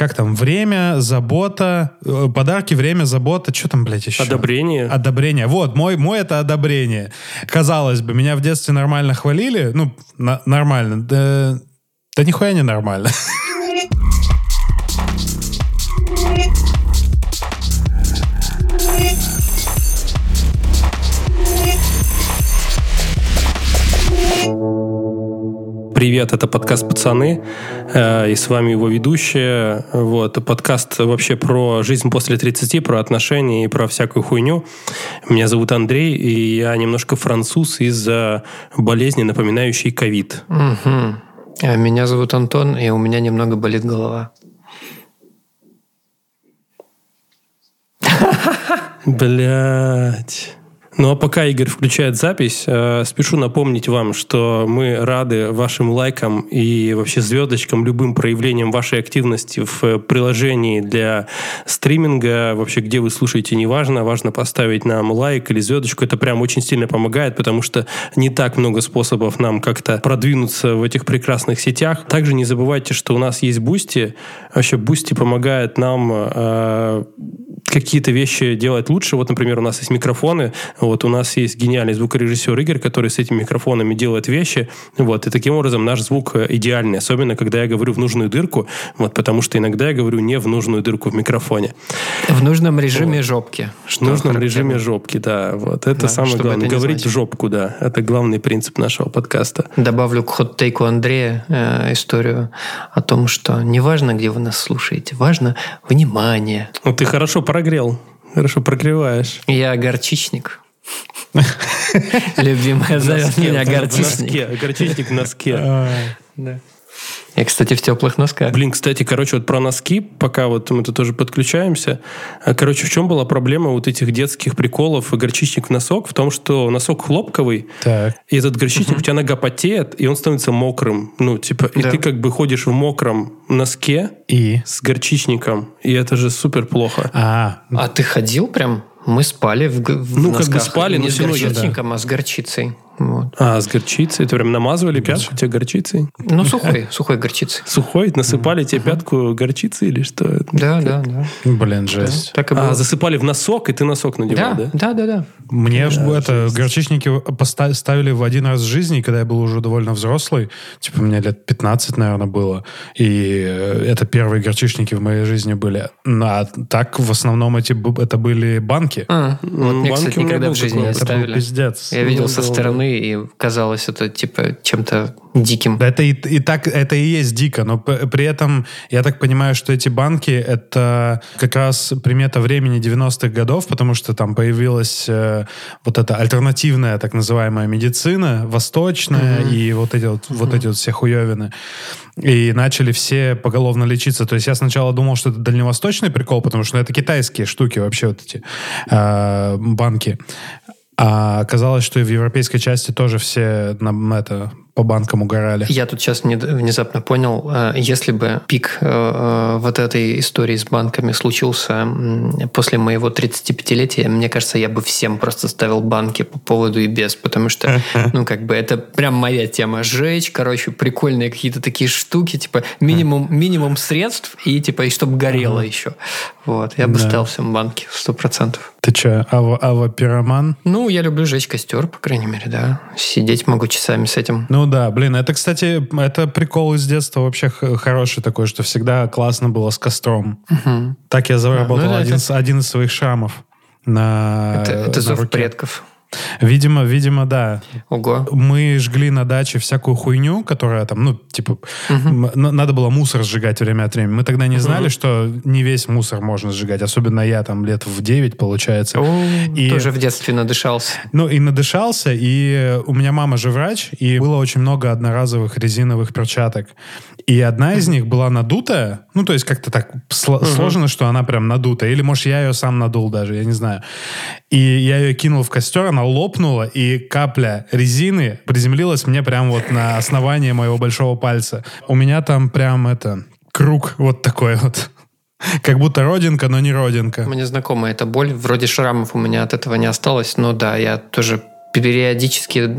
как там, время, забота, подарки, время, забота, что там, блядь, еще? Одобрение. Одобрение. Вот, мой это одобрение. Казалось бы, меня в детстве нормально хвалили, нормально, да нихуя не нормально. Привет, это подкаст «Пацаны», и с вами его ведущая. Подкаст вообще про жизнь после 30, про отношения и про всякую хуйню. Меня зовут Андрей, и я немножко француз из-за болезни, напоминающей ковид. Угу. А меня зовут Антон, и у меня немного болит голова. Блять. Ну а пока Игорь включает запись, спешу напомнить вам, что мы рады вашим лайкам и вообще звездочкам, любым проявлениям вашей активности в приложении для стриминга. Вообще, где вы слушаете, неважно. Важно поставить нам лайк или звездочку. Это прям очень сильно помогает, потому что не так много способов нам как-то продвинуться в этих прекрасных сетях. Также не забывайте, что у нас есть Boosty. Вообще, Boosty помогает нам какие-то вещи делать лучше. Вот, например, у нас есть микрофоны. Вот у нас есть гениальный звукорежиссер Игорь, который с этими микрофонами делает вещи. Вот, и таким образом наш звук идеальный. Особенно, когда я говорю в нужную дырку. Вот, потому что иногда я говорю не в нужную дырку в микрофоне. В нужном режиме жопки. В нужном режиме жопки, да. Вот, это самое главное. Говорить в жопку, да. Это главный принцип нашего подкаста. Добавлю к хот-тейку Андрея историю о том, что не важно, где вы нас слушаете. Важно внимание. Ну, ты хорошо прогрел. Хорошо прогреваешь. Я горчичник. Любимая зовет меня горчичник. Горчичник в носке. Я, кстати, в теплых носках. Блин, кстати, вот про носки, пока вот мы тут тоже подключаемся. В чем была проблема вот этих детских приколов горчичник в носок? В том, что носок хлопковый, так. И этот горчичник, у тебя нога потеет, и он становится мокрым. И ты как бы ходишь в мокром носке с горчичником, и это же супер плохо. А ты ходил прям? Мы спали в носках. Как бы спали, но не с горчичником, а с горчицей. Вот. С горчицей? Это прям намазывали пятку тебе горчицей? Сухой горчицей. Сухой? Насыпали тебе пятку горчицей или что? Да. Блин, жесть. Так и было. Засыпали в носок, и ты носок надевал, да? Да. Мне горчичники поставили в один раз в жизни, когда я был уже довольно взрослый. Мне лет 15, наверное, было. И это первые горчичники в моей жизни были. А так, в основном, это были банки. Вот мне, кстати, никогда в жизни не ставили. Это был пиздец. Я видел со стороны, и казалось это чем-то диким. Это и есть дико, но при этом я так понимаю, что эти банки — это как раз примета времени 90-х годов, потому что там появилась вот эта альтернативная так называемая медицина, восточная, и вот эти все хуевины. И начали все поголовно лечиться. То есть я сначала думал, что это дальневосточный прикол, потому что это китайские штуки вообще, вот эти банки. А оказалось, что и в европейской части тоже все по банкам угорали. Я тут сейчас внезапно понял, если бы пик вот этой истории с банками случился после моего 35-летия, мне кажется, я бы всем просто ставил банки по поводу и без, потому что, это прям моя тема. Жечь, прикольные какие-то такие штуки, минимум средств и чтобы горело еще. Вот, я бы ставил всем банки 100%. Ты что, авапироман? Я люблю жечь костер, по крайней мере, да. Сидеть могу часами с этим. Да, блин, это, кстати, это прикол из детства вообще хороший такой, что всегда классно было с костром. Так я заработал один из своих шрамов на Это зов руке. предков. Видимо, да. Ого. Мы жгли на даче всякую хуйню, которая там, надо было мусор сжигать время от времени. Мы тогда не знали, что не весь мусор можно сжигать. Особенно я там лет в 9, получается. Тоже в детстве надышался. И надышался, и у меня мама же врач, и было очень много одноразовых резиновых перчаток. И одна из них была надутая, то есть как-то так сложно, что она прям надутая. Или, может, я ее сам надул даже, я не знаю. И я ее кинул в костер, она лопнула, и капля резины приземлилась мне прям вот на основание моего большого пальца. У меня там прям круг вот такой вот. Как будто родинка, но не родинка. Мне знакома эта боль. Вроде шрамов у меня от этого не осталось, но да, я тоже периодически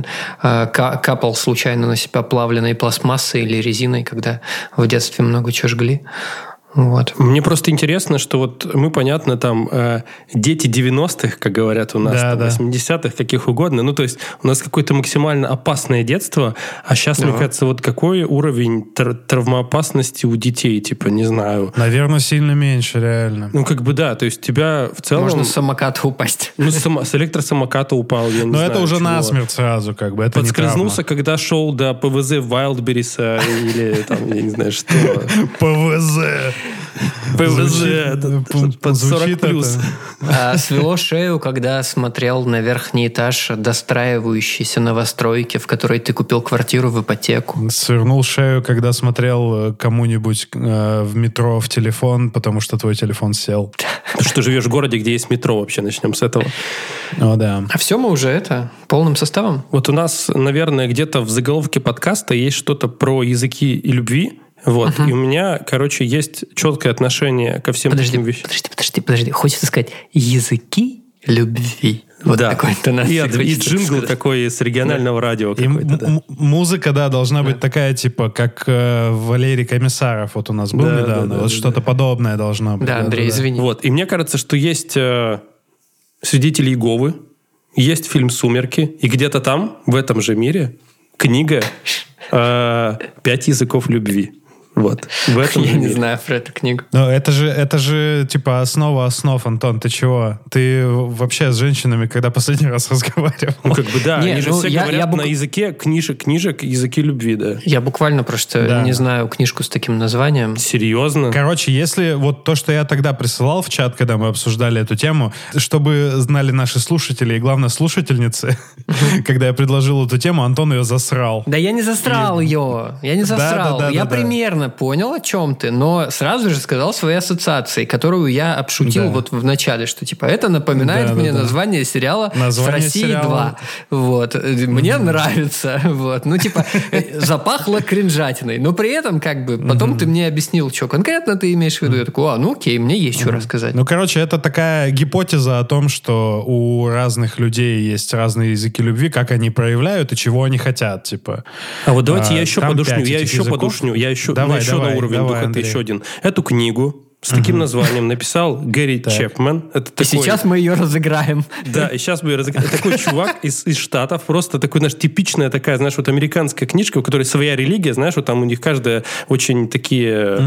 капал случайно на себя плавленной пластмассой или резиной, когда в детстве много чего жгли. Вот. Мне просто интересно, что вот мы, понятно, там дети 90-х, как говорят у нас, Да, там, 80-х, каких угодно. Ну, то есть у нас какое-то максимально опасное детство, а сейчас, мне кажется, вот какой уровень травмоопасности у детей, типа, не знаю. Наверное, сильно меньше, реально. Ну, как бы да, то есть тебя в целом... Можно с самоката упасть. Ну, с электросамоката упал, я не знаю. Но это уже чего. насмерть сразу, как бы, это не травма. Подскользнулся, когда шел до ПВЗ Вайлдберриса или там, я не знаю, что. ПВЗ. Под 40 плюс. Свело шею, когда смотрел на верхний этаж достраивающейся новостройки, в которой ты купил квартиру в ипотеку. Свернул шею, когда смотрел кому-нибудь в метро в телефон, потому что твой телефон сел. Потому что ты живешь в городе, где есть метро вообще, начнем с этого. О, да. А все мы уже это полным составом? Вот у нас, наверное, где-то в заголовке подкаста есть что-то про языки и любви. Вот. И у меня, короче, есть четкое отношение ко всем таким вещам. Подожди. Хочется сказать языки любви. Вот да. такой интонацией. И джингл такой с регионального радио. И музыка, да, должна быть такая, типа, как Валерий Комиссаров вот у нас был недавно. Вот что-то подобное должно быть. Да, Андрей, извини. Вот. И мне кажется, что есть «Свидетели Иеговы», есть фильм «Сумерки», и где-то там, в этом же мире, книга «5 языков любви». Вот. В этом Я не знаю про эту книгу. Но это же типа основа основ, Антон, ты чего? Ты вообще с женщинами, когда последний раз разговаривал? Ну, как бы да, Не, они же ну, все говорят на языке книжек, языки любви, да. Я буквально просто не знаю книжку с таким названием. Серьезно? Короче, если вот то, что я тогда присылал в чат, когда мы обсуждали эту тему, чтобы знали наши слушатели и, главное, слушательницы, когда я предложил эту тему, Антон ее засрал. Да я не засрал ее. Я не засрал. Я примерно понял, о чем ты, но сразу же сказал свои ассоциации, которую я обшутил вот в начале, что типа это напоминает мне название сериала «С России 2». Вот. Мне нравится. Вот. Ну, типа, запахло кринжатиной. Но при этом, как бы, потом ты мне объяснил, что конкретно ты имеешь в виду. Я такой, ну окей, мне есть что рассказать. Ну, короче, это такая гипотеза о том, что у разных людей есть разные языки любви, как они проявляют и чего они хотят, типа. А вот давайте я еще подушню, Давай, еще на уровень духа, это еще один. Эту книгу с таким названием написал Гэри Чепмен. Это такой... И сейчас мы ее разыграем. Да, и сейчас мы ее разыграем. Такой чувак из Штатов, просто такой, знаешь, типичная такая, знаешь, вот американская книжка, у которой своя религия, знаешь, вот там у них каждая очень такие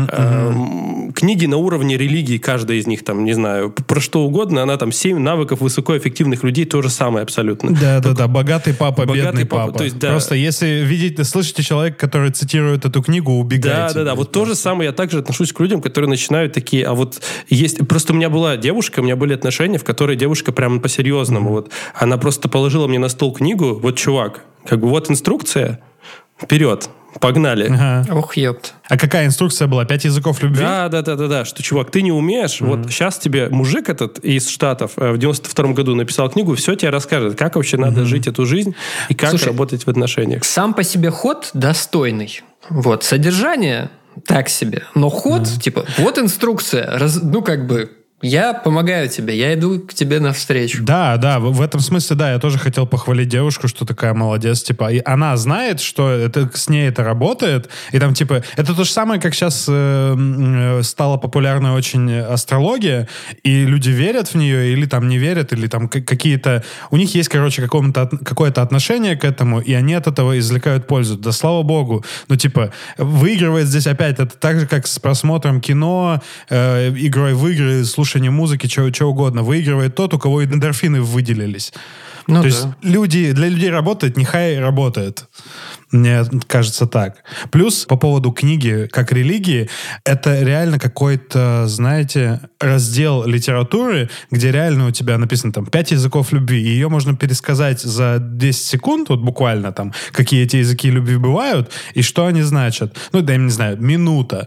книги на уровне религии, каждая из них там, не знаю, про что угодно, она там 7 навыков высокоэффективных людей, то же самое абсолютно. Да, богатый папа, бедный папа. То есть, да. Просто если слышите человека, который цитирует эту книгу, убегайте. Да. Вот то же самое я также отношусь к людям, которые начинают такие, а вот есть... Просто у меня была девушка, у меня были отношения, в которой девушка прям по-серьезному. Вот она просто положила мне на стол книгу, вот, чувак, как бы вот инструкция, вперед, погнали. Ох, ёпт. А какая инструкция была? 5 языков любви? Да, что, чувак, ты не умеешь, вот сейчас тебе мужик этот из Штатов в 92-м году написал книгу, все тебе расскажет, как вообще надо жить эту жизнь и как работать в отношениях. Сам по себе ход достойный. Вот, содержание так себе. Но ход, типа, вот инструкция, ну, как бы, я помогаю тебе, я иду к тебе навстречу. Да, в этом смысле, да, я тоже хотел похвалить девушку, что такая молодец, типа, и она знает, что это, с ней это работает, и там, типа, это то же самое, как сейчас стала популярной очень астрология, и люди верят в нее, или там не верят, или там какие-то... У них есть, короче, какое-то отношение к этому, и они от этого извлекают пользу. Да слава богу. Ну, типа, выигрывает здесь опять, это так же, как с просмотром кино, игрой в игры, слушанием музыки, чего угодно. Выигрывает тот, у кого эндорфины выделились. Ну, то есть для людей работает, нехай работает. Мне кажется так. Плюс по поводу книги как религии, это реально какой-то, знаете, раздел литературы, где реально у тебя написано там 5 языков любви, и ее можно пересказать за 10 секунд, вот буквально там, какие эти языки любви бывают, и что они значат. Ну, да, я не знаю, минута.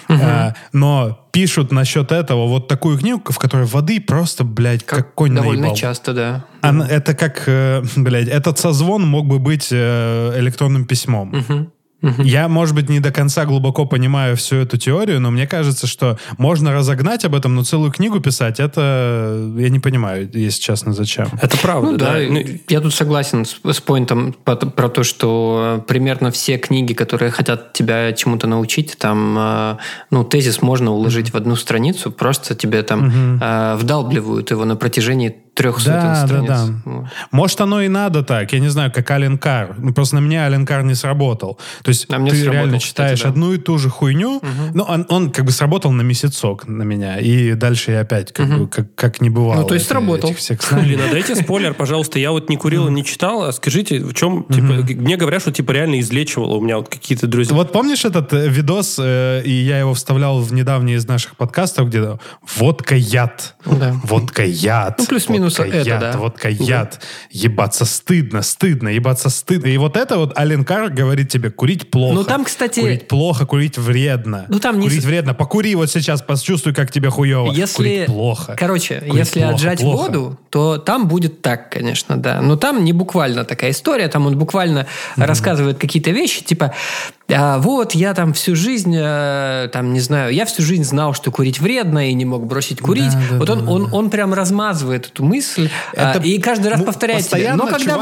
Но пишут насчет этого вот такую книгу, в которой воды просто, блядь, как конь наебал. Довольно часто, да. Это как, блядь, этот созвон мог бы быть электронным письмом. Я, может быть, не до конца глубоко понимаю всю эту теорию, но мне кажется, что можно разогнать об этом, но целую книгу писать, это я не понимаю, если честно, зачем. Это правда, ну, да. Я тут согласен с поинтом про то, что примерно все книги, которые хотят тебя чему-то научить, там, тезис можно уложить в одну страницу, просто тебе там вдалбливают его на протяжении 300 страниц. Да. Вот. Может, оно и надо так. Я не знаю, как Ален Карр. Просто на меня Ален Карр не сработал. То есть ты реально читаешь одну и ту же хуйню, но он как бы сработал на месяцок на меня. И дальше я опять как не бывало. Ну, то есть сработал. Блин, а дайте спойлер, пожалуйста. Я вот не курил и не читал. А скажите, в чем, мне говорят, что реально излечивало у меня вот какие-то друзья. Вот помнишь этот видос, и я его вставлял в недавний из наших подкастов, где водка-яд. Да. Водка-яд. Ну, плюс-минус это, да. Водка-яд. Ебаться стыдно, ебаться стыдно. И вот это вот Ален Карр говорит тебе, курить плохо. Ну, там, кстати... Курить плохо, курить вредно. Ну, там курить вредно. Покури вот сейчас, почувствуй, как тебе хуево. Курить плохо. Короче, курить если плохо, отжать воду, то там будет так, конечно, да. Но там не буквально такая история. Там он буквально рассказывает какие-то вещи, типа... вот, я там всю жизнь, там, не знаю, я всю жизнь знал, что курить вредно, и не мог бросить курить. Он прям размазывает эту мысль, и каждый раз повторяет тебе. Но когда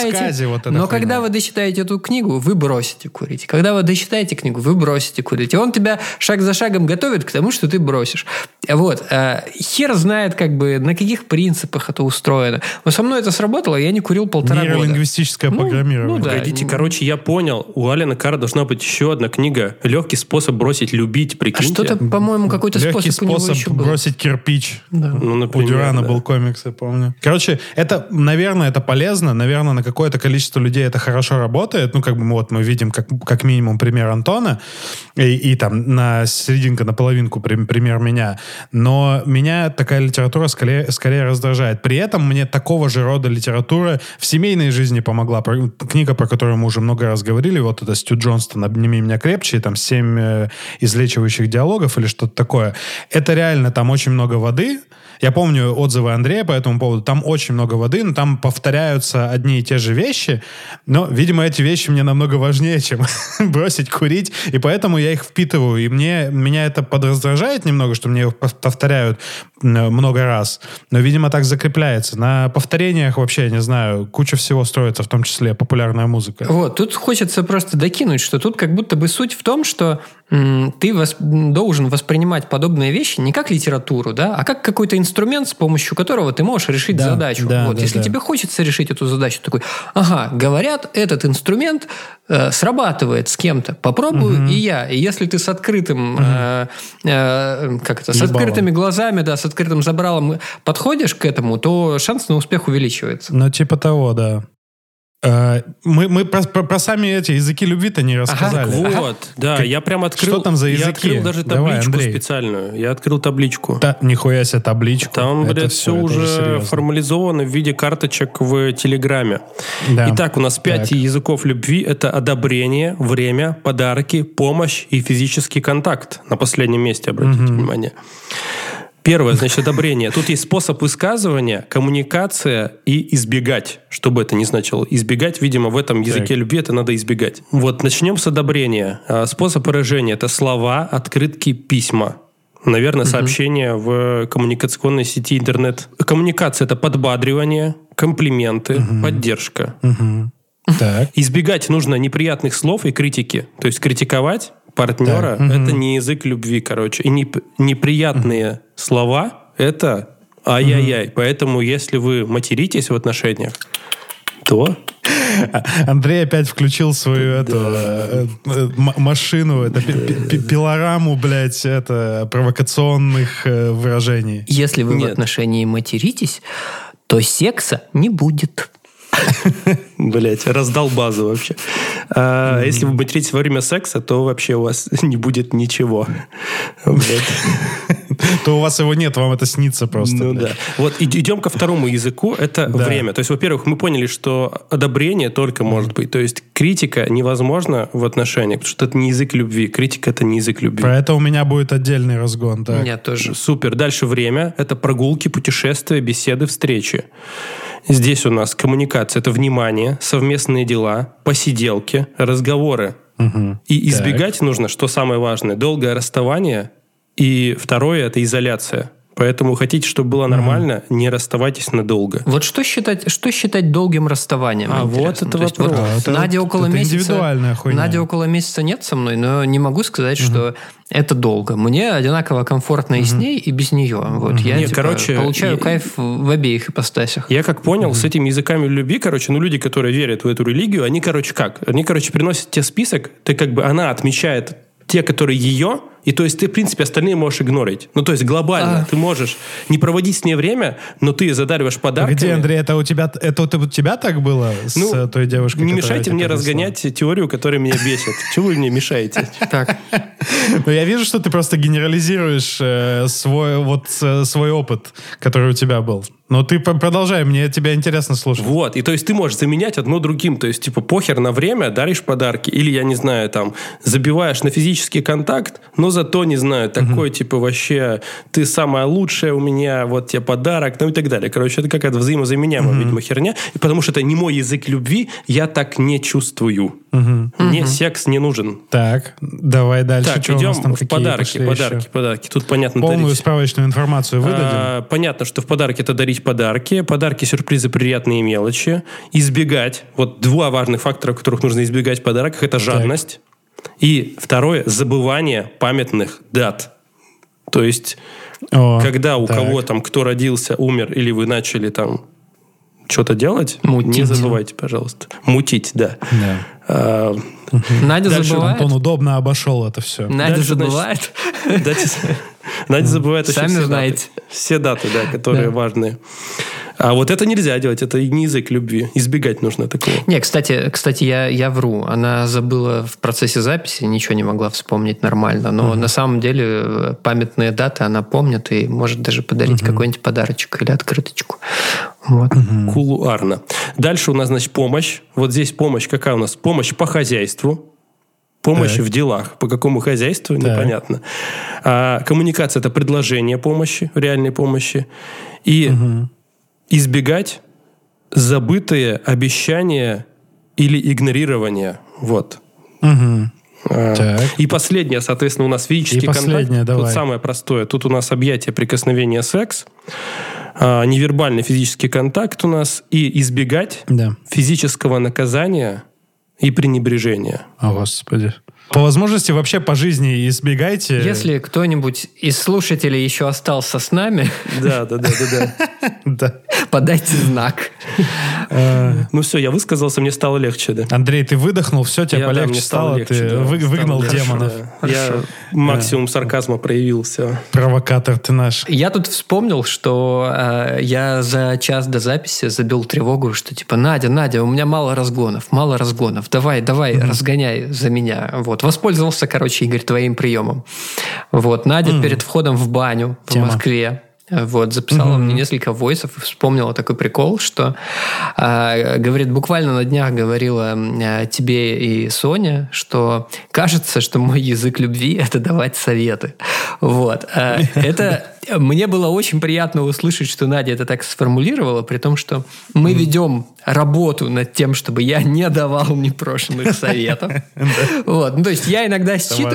вы дочитаете эту книгу, вы бросите курить. Когда вы дочитаете книгу, вы бросите курить. И он тебя шаг за шагом готовит к тому, что ты бросишь. Вот. Хер знает, как бы, на каких принципах это устроено. Но со мной это сработало, я не курил 1,5 года. Нейролингвистическое программирование. Да. Погодите, короче, я понял. У Алена Карра должна быть еще одна книга «Легкий способ бросить любить», прикиньте. Что-то, по-моему, какой-то Легкий способ у него еще был. бросить кирпич. Да. Ну, например, у Дюрана был комикс, я помню. Короче, это, наверное, это полезно. Наверное, на какое-то количество людей это хорошо работает. Ну, как бы мы видим как минимум пример Антона. И там на серединка, на половинку пример меня. Но меня такая литература скорее раздражает. При этом мне такого же рода литература в семейной жизни помогла. Книга, про которую мы уже много раз говорили, вот это Стю Джонстон «Обними меня крепче», и там 7 излечивающих диалогов или что-то такое. Это реально, там очень много воды. Я помню отзывы Андрея по этому поводу. Там очень много воды, но там повторяются одни и те же вещи. Но, видимо, эти вещи мне намного важнее, чем бросить курить. И поэтому я их впитываю. И меня это подраздражает немного, что мне их повторяют много раз. Но, видимо, так закрепляется. На повторениях вообще, я не знаю, куча всего строится, в том числе популярная музыка. Вот, тут хочется просто докинуть, что тут как будто бы суть в том, что ты должен воспринимать подобные вещи не как литературу, да, а как какой-то инструмент, с помощью которого ты можешь решить задачу. Если тебе хочется решить эту задачу, такой, говорят, этот инструмент срабатывает с кем-то, попробую и я. И если ты с открытым, с открытыми глазами, да, с открытым забралом подходишь к этому, то шанс на успех увеличивается. Ну, типа того, да. Мы про сами эти языки любви-то не рассказали. Да, я прям открыл. Что там за языки? Я открыл даже табличку специальную. Я открыл табличку. Нихуя себе табличку. Там, блядь, все уже формализовано в виде карточек в Телеграме. Да. Итак, у нас 5 языков любви. Это одобрение, время, подарки, помощь и физический контакт. На последнем месте, обратите внимание. Первое, значит, одобрение. Тут есть способ высказывания, коммуникация и избегать. Что бы это ни значило. Избегать, видимо, в этом языке любви это надо избегать. Вот, начнем с одобрения. Способ выражения – это слова, открытки, письма. Наверное, сообщения в коммуникационной сети интернет. Коммуникация – это подбадривание, комплименты, поддержка. Так. Избегать нужно неприятных слов и критики. То есть критиковать партнера это не язык любви, короче. И неприятные слова это ай-яй-яй. Поэтому, если вы материтесь в отношениях, то... Андрей опять включил свою машину, пилораму, блядь, провокационных выражений. Если вы в отношении материтесь, то секса не будет. Блять, раздал базу вообще. Если вы материтесь во время секса, то вообще у вас не будет ничего. То у вас его нет, вам это снится просто. Ну да. Вот идем ко второму языку, это время. То есть, во-первых, мы поняли, что одобрение только может быть. То есть критика невозможна в отношениях, потому что это не язык любви. Критика — это не язык любви. Про это у меня будет отдельный разгон. Так. У меня тоже. Супер. Дальше время. Это прогулки, путешествия, беседы, встречи. Здесь у нас коммуникация — это внимание, совместные дела, посиделки, разговоры. И избегать нужно, что самое важное, долгое расставание, и второе – это изоляция. Поэтому хотите, чтобы было нормально, не расставайтесь надолго. Вот что считать долгим расставанием? Вот это вопрос. Надя около месяца. Индивидуальная хуйня. Надя около месяца нет со мной, но не могу сказать, что это долго. Мне одинаково комфортно и с ней, и без нее. Вот я получаю кайф в обеих ипостасях. Я как понял, с этими языками любви, люди, которые верят в эту религию, они, как? Они, приносят тебе список, она отмечает те, которые ее, и то есть ты, в принципе, остальные можешь игнорить. Ну, то есть глобально ты можешь не проводить с ней время, но ты задариваешь подарками. Где, Андрей, это у тебя так было с той девушкой? Не мешайте мне разгонять теорию, которая меня бесит. Чего вы мне мешаете? Так. Ну, я вижу, что ты просто генерализируешь свой опыт, который у тебя был. Но ты продолжай, мне тебя интересно слушать. Вот, и то есть ты можешь заменять одно другим, то есть похер на время, даришь подарки, или, я не знаю, забиваешь на физический контакт, но зато, не знаю, такой, вообще, ты самая лучшая у меня, вот тебе подарок, и так далее. Это какая-то взаимозаменяемая, видимо, херня, и потому что это не мой язык любви, я так не чувствую. Мне секс не нужен. Так, давай дальше. Так, идем в подарки. Тут, понятно, полную справочную информацию выдадим. Понятно, что в подарки это дарить подарки, сюрпризы, приятные мелочи, избегать, вот два важных фактора, которых нужно избегать в подарках, это жадность, и второе, забывание памятных дат. То есть, когда у кого кто родился, умер, или вы начали что-то делать, не забывайте, пожалуйста. Мутить, да. Надя забывает. Антон удобно обошел это все. Надя забывает. Надя забывает сами знаете. Все даты, которые важные. А вот это нельзя делать, это не язык любви. Избегать нужно такого. Не, кстати, я вру. Она забыла в процессе записи, ничего не могла вспомнить нормально. Но на самом деле памятные даты она помнит и может даже подарить какой-нибудь подарочек или открыточку. Вот. Кулуарно. Дальше у нас, помощь. Вот здесь помощь какая у нас? Помощь по хозяйству. Помощь в делах. По какому хозяйству? Непонятно. А коммуникация – это предложение помощи, реальной помощи. И избегать забытые обещания или игнорирование. Вот. И последнее, соответственно, у нас физический контакт. Тут самое простое. Тут у нас объятие, прикосновение, секс. Невербальный физический контакт у нас. И избегать физического наказания и пренебрежения. О, Господи. По возможности вообще по жизни избегайте. Если кто-нибудь из слушателей еще остался с нами, подайте знак. Ну все, я высказался, мне стало легче. Да. Андрей, ты выдохнул, все, тебе полегче стало, ты выгнал демонов. Я максимум сарказма проявил, все. Провокатор ты наш. Я тут вспомнил, что я за час до записи забил тревогу, что Надя, у меня мало разгонов, давай, разгоняй за меня. Вот. Воспользовался, Игорь, твоим приемом. Вот. Надя перед входом в баню в Москве записала мне несколько войсов и вспомнила такой прикол, что говорит, буквально на днях говорила тебе и Соня, что кажется, что мой язык любви – это давать советы. Вот. Это мне было очень приятно услышать, что Надя это так сформулировала, при том, что мы ведем работу над тем, чтобы я не давал непрошенных советов. Вот. То есть я иногда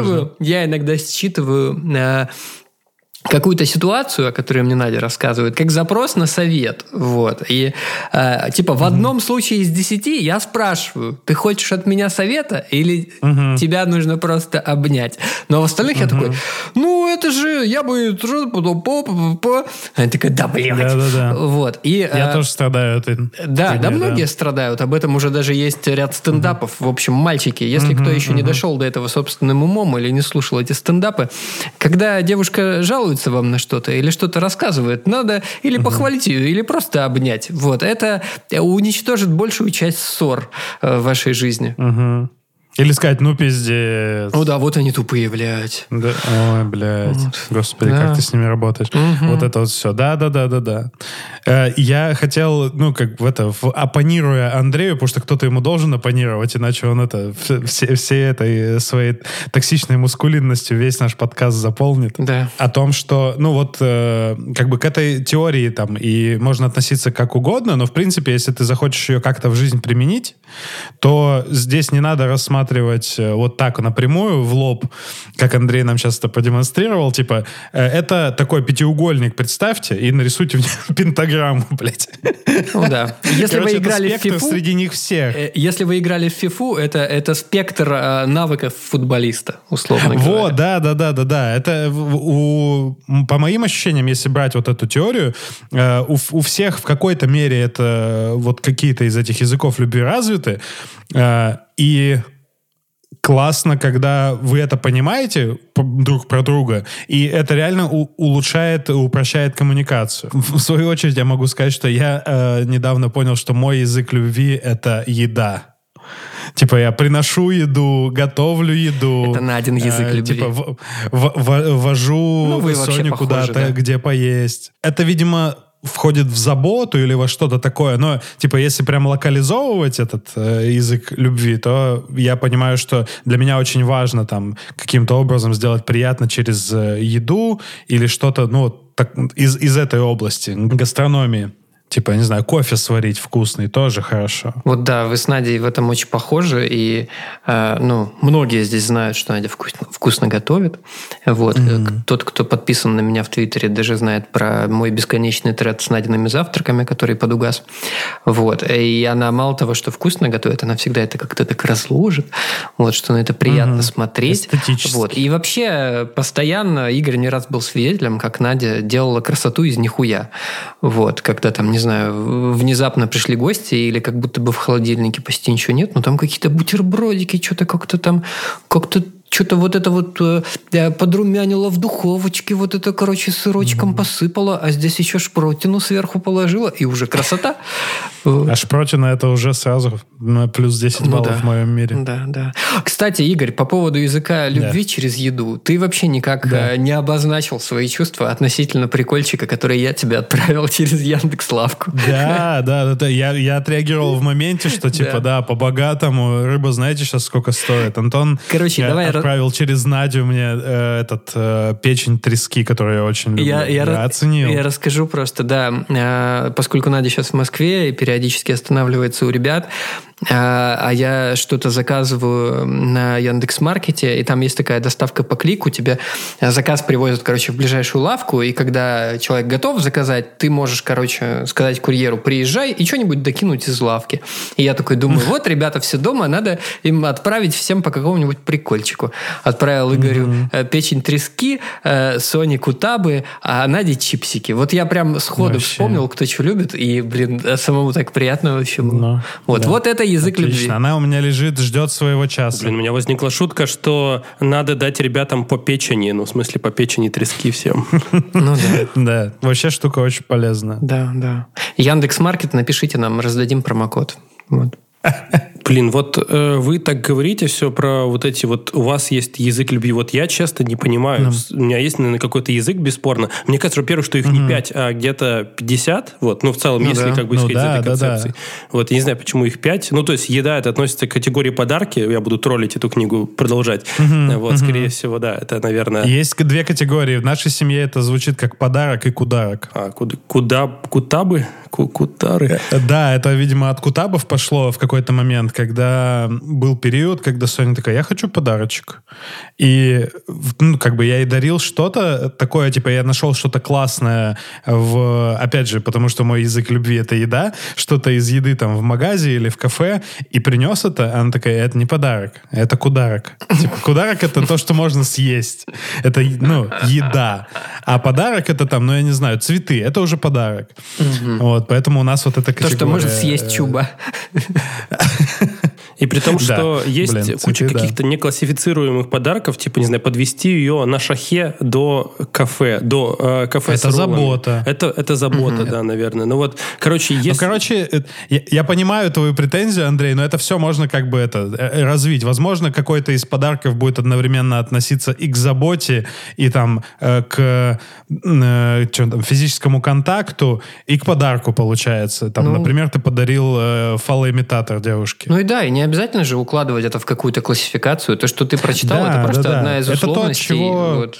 считываю какую-то ситуацию, о которой мне Надя рассказывает, как запрос на совет. Вот. И в одном случае из 10 я спрашиваю, ты хочешь от меня совета или тебя нужно просто обнять? Но в остальных я такой, это же, я бы... Она такая, да, блядь. Да. Вот. И, я тоже страдаю. Да, многие страдают. Об этом уже даже есть ряд стендапов. В общем, мальчики, если кто еще не дошел до этого собственным умом или не слушал эти стендапы, когда девушка жалуется вам на что-то или что-то рассказывает, надо или похвалить ее, или просто обнять. Вот. Это уничтожит большую часть ссор в вашей жизни. Или сказать, пиздец. Да, вот они тупые, блядь. Да. Ой, блядь. Вот. Господи, как ты с ними работаешь. Вот это вот все. Да. Я хотел, оппонируя Андрею, потому что кто-то ему должен оппонировать, иначе он всей этой своей токсичной мускулинностью весь наш подкаст заполнит. Да. О том, что, к этой теории и можно относиться как угодно, но, в принципе, если ты захочешь ее как-то в жизнь применить, то здесь не надо рассматривать рассматривать вот так напрямую, в лоб, как Андрей нам сейчас это продемонстрировал, типа, это такой пятиугольник, представьте, и нарисуйте в нем пентаграмму, блядь. Ну да. Если вы играли в FIFA, среди них всех. Если вы играли в FIFA, это спектр навыков футболиста, условно говоря. Вот, да. Это по моим ощущениям, если брать вот эту теорию, у всех в какой-то мере это вот какие-то из этих языков любви развиты, и классно, когда вы это понимаете друг про друга, и это реально улучшает и упрощает коммуникацию. В свою очередь я могу сказать, что я недавно понял, что мой язык любви — это еда. Типа я приношу еду, готовлю еду. Это на один язык любви. Типа вожу Соню куда-то, где поесть. Это, видимо, входит в заботу или во что-то такое. Но, типа, если прям локализовывать этот язык любви, то я понимаю, что для меня очень важно там каким-то образом сделать приятно через еду или что-то, ну, так, из этой области, гастрономии. Типа, я не знаю, кофе сварить вкусный тоже хорошо. Вот да, вы с Надей в этом очень похожи, и многие здесь знают, что Надя вкусно готовит. Вот. Тот, кто подписан на меня в Твиттере, даже знает про мой бесконечный тред с Надиными завтраками, который подугас. Вот. И она мало того, что вкусно готовит, она всегда это как-то так разложит, вот, что на это приятно смотреть. Эстетически. Вот. И вообще постоянно Игорь не раз был свидетелем, как Надя делала красоту из нихуя. Вот. Когда там, не знаю, внезапно пришли гости, или как будто бы в холодильнике почти ничего нет, но там какие-то бутербродики, что-то что-то вот это вот подрумянила в духовочке, вот это, короче, сырочком посыпала, а здесь еще шпротину сверху положила, и уже красота. А шпротина — это уже сразу плюс 10 баллов в моем мире. Да. Кстати, Игорь, по поводу языка любви через еду, ты вообще никак не обозначил свои чувства относительно прикольчика, который я тебе отправил через Яндекс.Лавку. Да. Я отреагировал в моменте, что типа, по-богатому рыба, знаете, сейчас сколько стоит? Антон отправил через Надю мне печень трески, которую я очень люблю. Я оценил. Я расскажу просто, да. Поскольку Надя сейчас в Москве и периодически останавливается у ребят, а я что-то заказываю на Яндекс.Маркете, и там есть такая доставка по клику, тебе заказ привозят, короче, в ближайшую лавку, и когда человек готов заказать, ты можешь, короче, сказать курьеру: приезжай, и что-нибудь докинуть из лавки. И я такой думаю, вот, ребята все дома, надо им отправить всем по какому-нибудь прикольчику. Отправил Игорю печень трески, Соне кутабы, а Наде чипсики. Вот я прям сходу вспомнил, кто что любит, и, блин, самому так приятно вообще было. Вот это язык любви. Она у меня лежит, ждет своего часа. Блин, у меня возникла шутка, что надо дать ребятам по печени, в смысле по печени трески всем. Ну да. Да, вообще штука очень полезная. Да. Яндекс.Маркет, напишите нам, раздадим промокод. Вот. Блин, вот вы так говорите все про вот эти вот... У вас есть язык любви. Вот я часто не понимаю. У меня есть, наверное, какой-то язык, бесспорно. Мне кажется, во-первых, что их не 5, а где-то 50. Вот. В целом, если как бы исходить из этой концепции. Да. Вот. Я не знаю, почему их 5. То есть еда, это относится к категории подарки. Я буду троллить эту книгу, продолжать. Вот, скорее всего, да. Это, наверное... Есть 2 категории. В нашей семье это звучит как подарок и кударок. Кутабы? Кутары? Да, это, видимо, от кутабов пошло в какой-то момент, когда был период, когда Соня такая: я хочу подарочек. И, как бы я ей дарил что-то такое, типа я нашел что-то классное опять же, потому что мой язык любви — это еда, что-то из еды там в магазе или в кафе, и принес это, она такая: это не подарок, это кударок. Типа кударок — это то, что можно съесть. Это, еда. А подарок — это там, я не знаю, цветы. Это уже подарок. Вот, поэтому у нас вот эта категория... То, что может съесть Чуба. И при том, что есть куча каких-то неклассифицируемых подарков, типа, не знаю, подвести ее на шахе до кафе это с роллами. Забота. Это забота, да, наверное. Я понимаю твою претензию, Андрей, но это все можно как бы развить. Возможно, какой-то из подарков будет одновременно относиться и к заботе, и там к физическому контакту, и к подарку, получается. Там, например, ты подарил фалоимитатор девушке. Ну и да, и не обязательно же укладывать это в какую-то классификацию. То, что ты прочитал, это просто одна из условностей. Это то,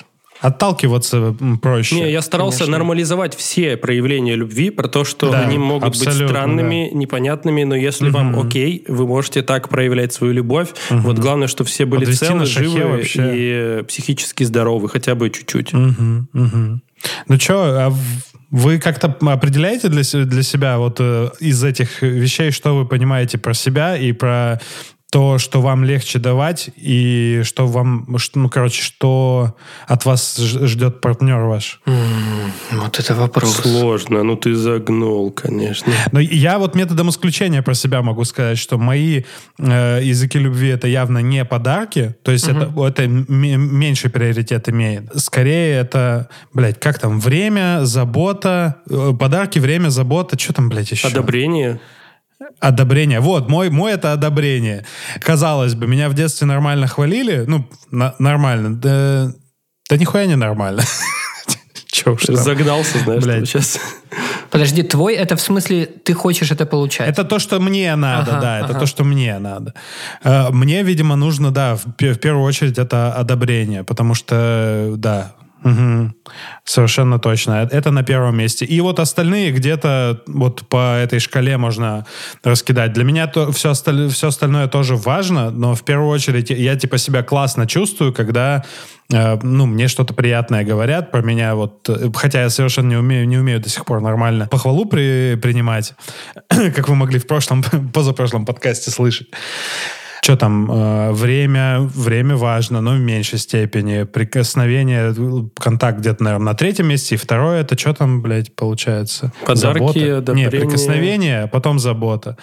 отталкиваться проще. Не, я старался нормализовать все проявления любви, про то, что они могут быть странными, непонятными, но если вам окей, вы можете так проявлять свою любовь. Вот главное, чтобы все были целы, живы и психически здоровы, хотя бы чуть-чуть. Ну что, вы как-то определяете для себя вот из этих вещей, что вы понимаете про себя и про то, что вам легче давать, и что вам, что от вас ждет партнер ваш? Вот это вопрос. Сложно, ты загнул, конечно. Но я вот методом исключения про себя могу сказать, что мои языки любви это явно не подарки, то есть это меньший приоритет имеет. Скорее это, как там, время, забота, подарки, время, забота, что там, еще? Одобрение. Вот, мой это одобрение. Казалось бы, меня в детстве нормально хвалили. Нормально. Да нихуя не нормально. Че уж там. Загнался, знаешь, сейчас. Подожди, твой это в смысле ты хочешь это получать? Это то, что мне надо, это то, что мне надо. Мне, видимо, нужно, в первую очередь это одобрение, потому что, совершенно точно. Это на первом месте. И вот остальные где-то вот по этой шкале можно раскидать. Для меня все остальное тоже важно, но в первую очередь я себя классно чувствую, когда мне что-то приятное говорят про меня. Вот, хотя я совершенно не умею до сих пор нормально похвалу принимать, как вы могли в позапрошлом подкасте слышать. Что там, время важно, но в меньшей степени. Прикосновение, контакт где-то, наверное, на третьем месте. И второе, это что там, получается? Подарки, забота? одобрение. Прикосновение, а потом забота.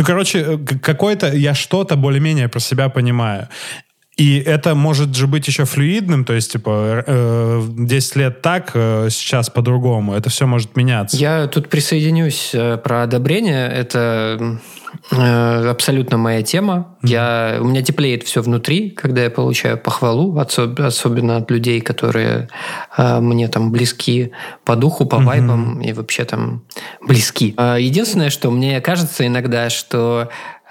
Я что-то более-менее про себя понимаю. И это может же быть еще флюидным, то есть, 10 лет так, сейчас по-другому. Это все может меняться. Я тут присоединюсь про одобрение. Это абсолютно моя тема. У меня теплеет все внутри, когда я получаю похвалу, особенно от людей, которые мне там близки по духу, по вайбам и вообще там близки. Единственное, что мне кажется иногда, что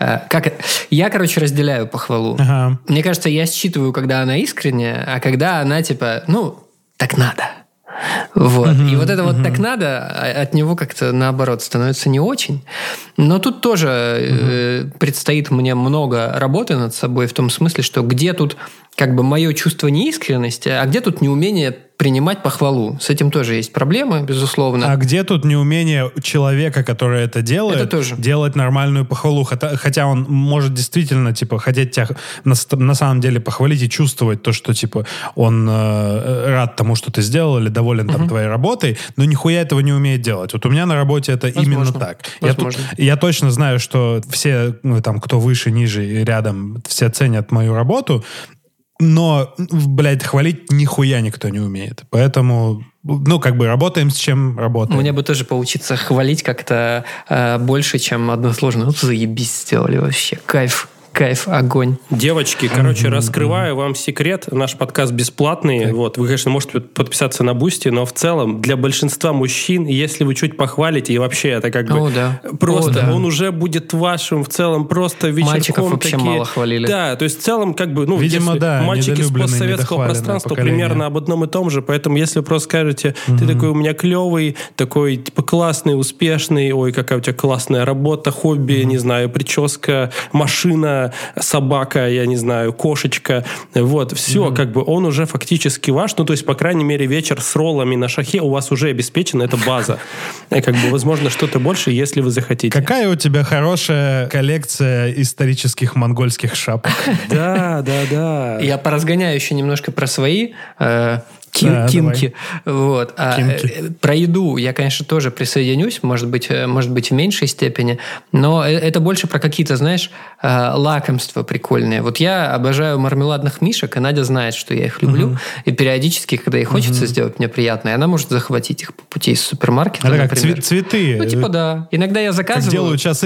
я, разделяю похвалу. Мне кажется, я считываю, когда она искренняя, а когда она так надо. Вот. И вот это вот так надо, от него как-то наоборот становится не очень. Но тут тоже предстоит мне много работы над собой в том смысле, что где тут мое чувство неискренности, а где тут неумение принимать похвалу. С этим тоже есть проблемы, безусловно. А где тут неумение человека, который это делает, делать нормальную похвалу? Хотя он может действительно, хотеть тебя на самом деле похвалить и чувствовать то, что, он рад тому, что ты сделал, или доволен твоей работой, но нихуя этого не умеет делать. Вот у меня на работе это именно так. Я точно знаю, что все, кто выше, ниже и рядом, все ценят мою работу, но, хвалить нихуя никто не умеет. Поэтому, работаем с чем работаем. Мне бы тоже поучиться хвалить как-то больше, чем односложно. Заебись сделали вообще. Кайф, огонь. Девочки, раскрываю вам секрет. Наш подкаст бесплатный. Вот, вы, конечно, можете подписаться на Бусти, но в целом для большинства мужчин, если вы чуть похвалите, и вообще это просто, он уже будет вашим в целом просто вечерком. Мальчиков вообще мало хвалили. Да, то есть в целом видимо, мальчики с постсоветского пространства примерно об одном и том же, поэтому если вы просто скажете, ты такой у меня клевый, такой классный, успешный, ой, какая у тебя классная работа, хобби, не знаю, прическа, машина, собака, я не знаю, кошечка. Вот, все, он уже фактически ваш. То есть, по крайней мере, вечер с роллами на шахе у вас уже обеспечен, это база. Возможно, что-то больше, если вы захотите. Какая у тебя хорошая коллекция исторических монгольских шапок. Да. Я поразгоняю еще немножко про свои кинки. Вот. Про еду я, конечно, тоже присоединюсь, может быть, в меньшей степени, но это больше про какие-то, знаешь, лакомства прикольные. Вот я обожаю мармеладных мишек, и Надя знает, что я их люблю, и периодически, когда ей хочется сделать мне приятно, она может захватить их по пути из супермаркета, это например. Как цветы. Да. Иногда я заказываю. Как делают сейчас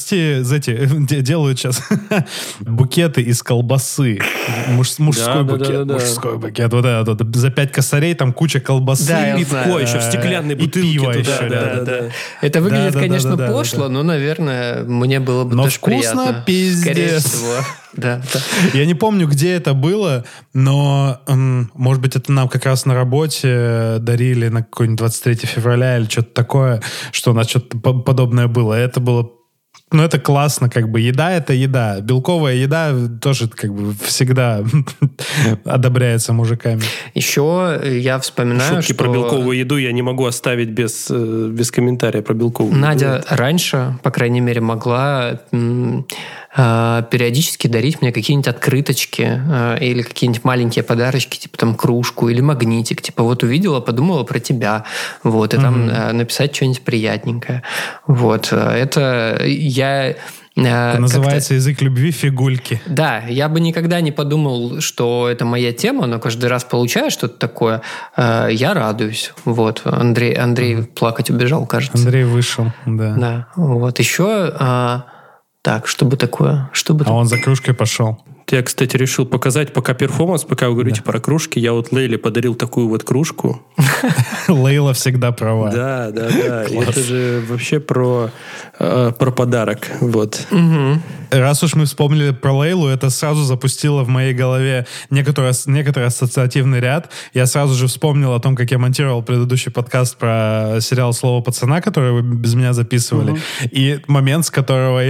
делают сейчас букеты из колбасы. Мужской букет. Мужской букет. Вот это за 5 косарей, там куча колбасы. Да, пивко еще в стеклянной бутылке. И пиво туда, еще, да. Это выглядит, Да, конечно, да, пошло, но, наверное, мне было бы Но тоже вкусно, приятно. пиздец. Скорее всего. Да. Я не помню, где это было, но, может быть, это нам как раз на работе дарили на какой-нибудь 23 февраля или что-то такое, что у нас что-то подобное было. Это было... Ну, это классно, как бы. Еда — это еда. Белковая еда тоже, как бы, всегда одобряется мужиками. Еще я вспоминаю, Шутки что... про белковую еду я не могу оставить без комментария про белковую Надя еду. раньше, по крайней мере, могла периодически дарить мне какие-нибудь открыточки или какие-нибудь маленькие подарочки, типа там кружку или магнитик. Типа вот увидела, подумала про тебя. Вот, и там написать что-нибудь приятненькое. Вот. Это я... Это называется язык любви фигульки. Да, я бы никогда не подумал, что это моя тема, но каждый раз получаю что-то такое, я радуюсь. Вот. Андрей плакать убежал, кажется. Андрей вышел, да. Да. Вот. Еще... Так, что бы такое? Он за кружкой пошел. Я, кстати, решил показать пока перформанс, пока вы говорите про кружки. Я вот Лейле подарил такую вот кружку. Лейла всегда права. Да. Это же вообще про подарок. Вот. Раз уж мы вспомнили про Лейлу, это сразу запустило в моей голове некоторый ассоциативный ряд. Я сразу же вспомнил о том, как я монтировал предыдущий подкаст про сериал «Слово пацана», который вы без меня записывали. И момент, с которого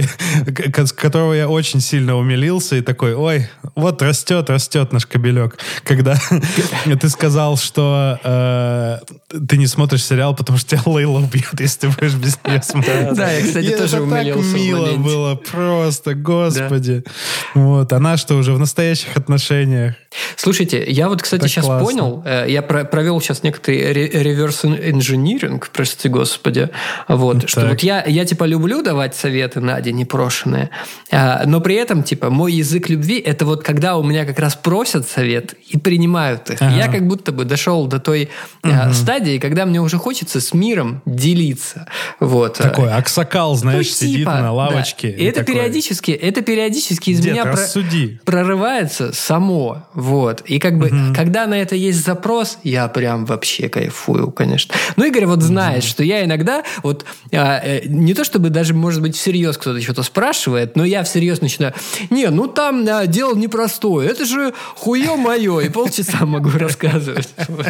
я очень сильно умилился и такой: ой, вот растет наш кобелек. Когда ты сказал, что ты не смотришь сериал, потому что тебя Лейла убьет, если ты будешь без нее смотреть. Да, я, кстати, тоже умилился. Это так мило было, просто, господи. Вот, она что, уже в настоящих отношениях? Слушайте, я вот, кстати, сейчас понял, я провел сейчас некоторый реверс-инжиниринг, прости господи, вот, что вот я типа люблю давать советы Наде непрошенные, но при этом, типа, мой язык любви — это вот когда у меня как раз просят совет и принимают их. Я как будто бы дошел до той стадии, когда мне уже хочется с миром делиться. Вот. Такой аксакал, знаешь, ну, сидит на лавочке. Да. И это периодически из Дед, меня прорывается само. Вот. И как бы, когда на это есть запрос, я прям вообще кайфую, конечно. Ну, Игорь вот знает, что я иногда вот не то чтобы даже, может быть, всерьез кто-то что-то спрашивает, но я всерьез начинаю: не, ну там дело непростое, это же хуе мое, и полчаса могу рассказывать.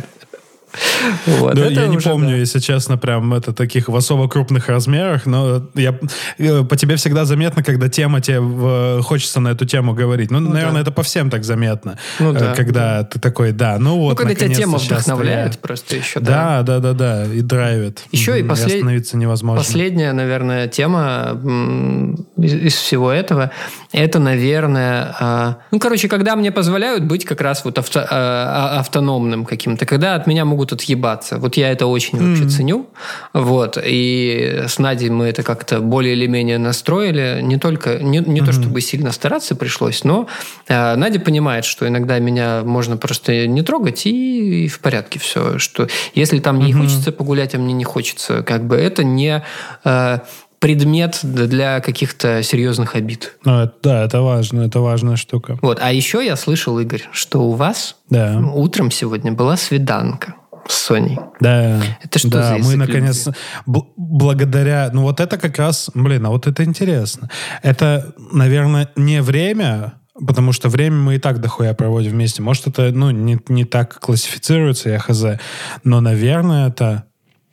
Вот, да, я не помню, если честно, прям это таких в особо крупных размерах, но по тебе всегда заметно, когда тема тебе хочется на эту тему говорить. Ну, наверное, это по всем так заметно. Когда ты такой, когда тебя тема вдохновляет просто еще. Да, и драйвит. Еще и остановиться невозможно. Последняя, наверное, тема из всего этого, это, наверное, когда мне позволяют быть как раз вот автономным каким-то, когда от меня могут отъебаться. Вот я это очень вообще ценю. Вот. И с Надей мы это как-то более или менее настроили. Не то, чтобы сильно стараться пришлось, но Надя понимает, что иногда меня можно просто не трогать, и в порядке все. Что если там ей хочется погулять, а мне не хочется, как бы это не... предмет для каких-то серьезных обид. Это важно, это важная штука. Вот. А еще я слышал, Игорь, что у вас утром сегодня была свиданка с Соней. Да. Это что за язык мы наконец благодаря... Ну вот это как раз... а вот это интересно. Это, наверное, не время... Потому что время мы и так дохуя проводим вместе. Может, это не так классифицируется, я хз. Но, наверное, это...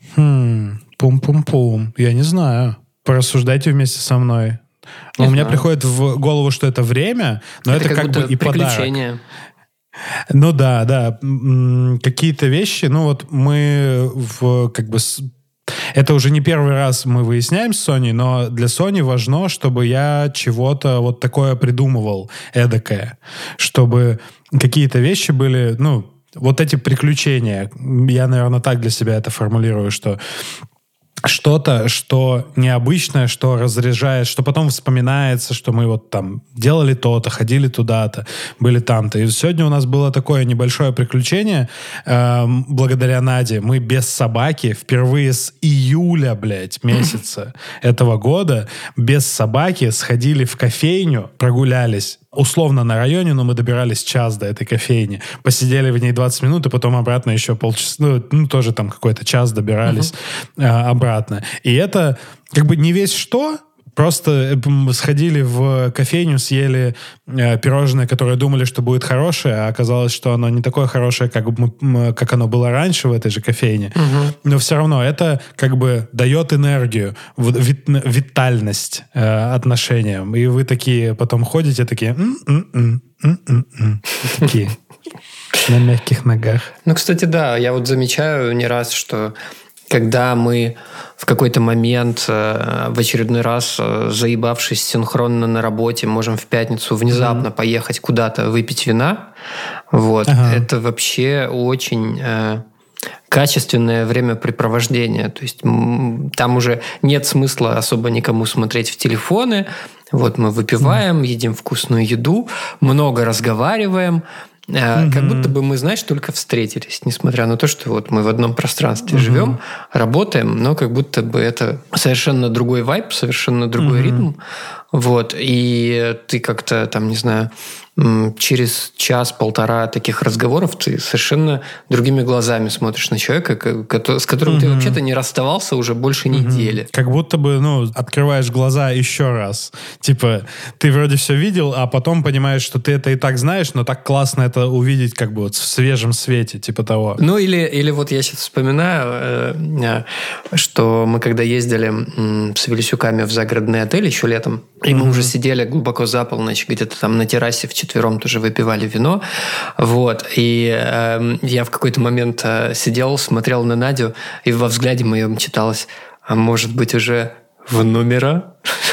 Пум-пум-пум. Я не знаю. Порассуждайте вместе со мной. У меня приходит в голову, что это время, но это как бы и приключение. Подарок. Ну да. Какие-то вещи, мы это уже не первый раз мы выясняем с Соней, но для Сони важно, чтобы я чего-то вот такое придумывал, эдакое. Чтобы какие-то вещи были, вот эти приключения. Я, наверное, так для себя это формулирую, что что-то, что необычное, что разряжает, что потом вспоминается, что мы вот там делали то-то, ходили туда-то, были там-то. И сегодня у нас было такое небольшое приключение. Благодаря Наде мы без собаки впервые с июля, месяца этого года без собаки сходили в кофейню, прогулялись. условно на районе, но мы добирались час до этой кофейни. Посидели в ней 20 минут, и потом обратно еще полчаса, ну тоже там какой-то час добирались обратно. И это как бы не весь что, просто сходили в кофейню, съели пирожное, которое думали, что будет хорошее, а оказалось, что оно не такое хорошее, как оно было раньше в этой же кофейне. Но все равно это как бы дает энергию, витальность отношениям. И вы такие потом ходите, такие... Такие на мягких ногах. Ну, кстати, да, я вот замечаю не раз, что когда мы в какой-то момент, в очередной раз, заебавшись синхронно на работе, можем в пятницу внезапно поехать куда-то выпить вина, вот, это вообще очень качественное времяпрепровождение. То есть там уже нет смысла особо никому смотреть в телефоны. Вот мы выпиваем, едим вкусную еду, много разговариваем, как будто бы мы, знаешь, только встретились, несмотря на то, что вот мы в одном пространстве живем, работаем, но как будто бы это совершенно другой вайб, совершенно другой ритм. Вот, и ты как-то там, не знаю, через час-полтора таких разговоров ты совершенно другими глазами смотришь на человека, с которым ты вообще-то не расставался уже больше недели. Как будто бы, открываешь глаза еще раз. Типа, ты вроде все видел, а потом понимаешь, что ты это и так знаешь, но так классно это увидеть как бы вот в свежем свете, типа того. Ну, или вот я сейчас вспоминаю, что мы когда ездили с Велисюками в загородный отель еще летом, и мы уже сидели глубоко за полночь, где-то там на террасе вчетвером тоже выпивали вино. Вот. И я в какой-то момент сидел, смотрел на Надю, и во взгляде моем читалось: а может быть, уже в номера?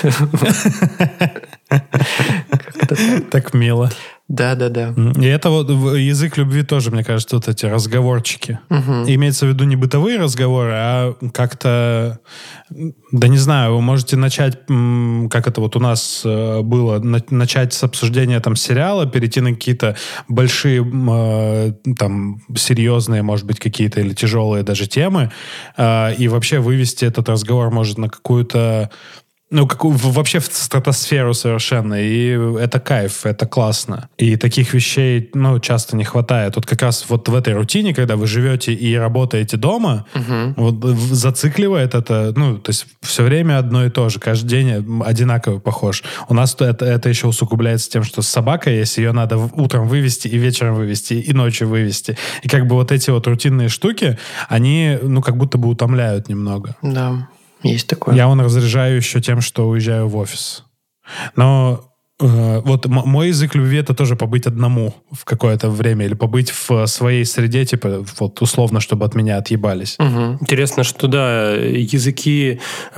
Так мило. Да. И это вот язык любви тоже, мне кажется, вот эти разговорчики. Имеется в виду не бытовые разговоры, а как-то, да не знаю, вы можете начать, как это вот у нас было, начать с обсуждения там сериала, перейти на какие-то большие, там, серьезные, может быть, какие-то или тяжелые даже темы, и вообще вывести этот разговор, может, на какую-то вообще в стратосферу совершенно. И это кайф, это классно. И таких вещей, часто не хватает. Вот как раз вот в этой рутине, когда вы живете и работаете дома, вот зацикливает это, то есть все время одно и то же. Каждый день одинаково похож. У нас это еще усугубляется тем, что с собакой, если ее надо утром вывести, и вечером вывести, и ночью вывести. И как бы вот эти вот рутинные штуки, они, как будто бы утомляют немного. Да. Есть такое. Я разряжаю еще тем, что уезжаю в офис. Но вот мой язык любви — это тоже побыть одному в какое-то время или побыть в своей среде, типа вот условно, чтобы от меня отъебались. Интересно, что да, языки...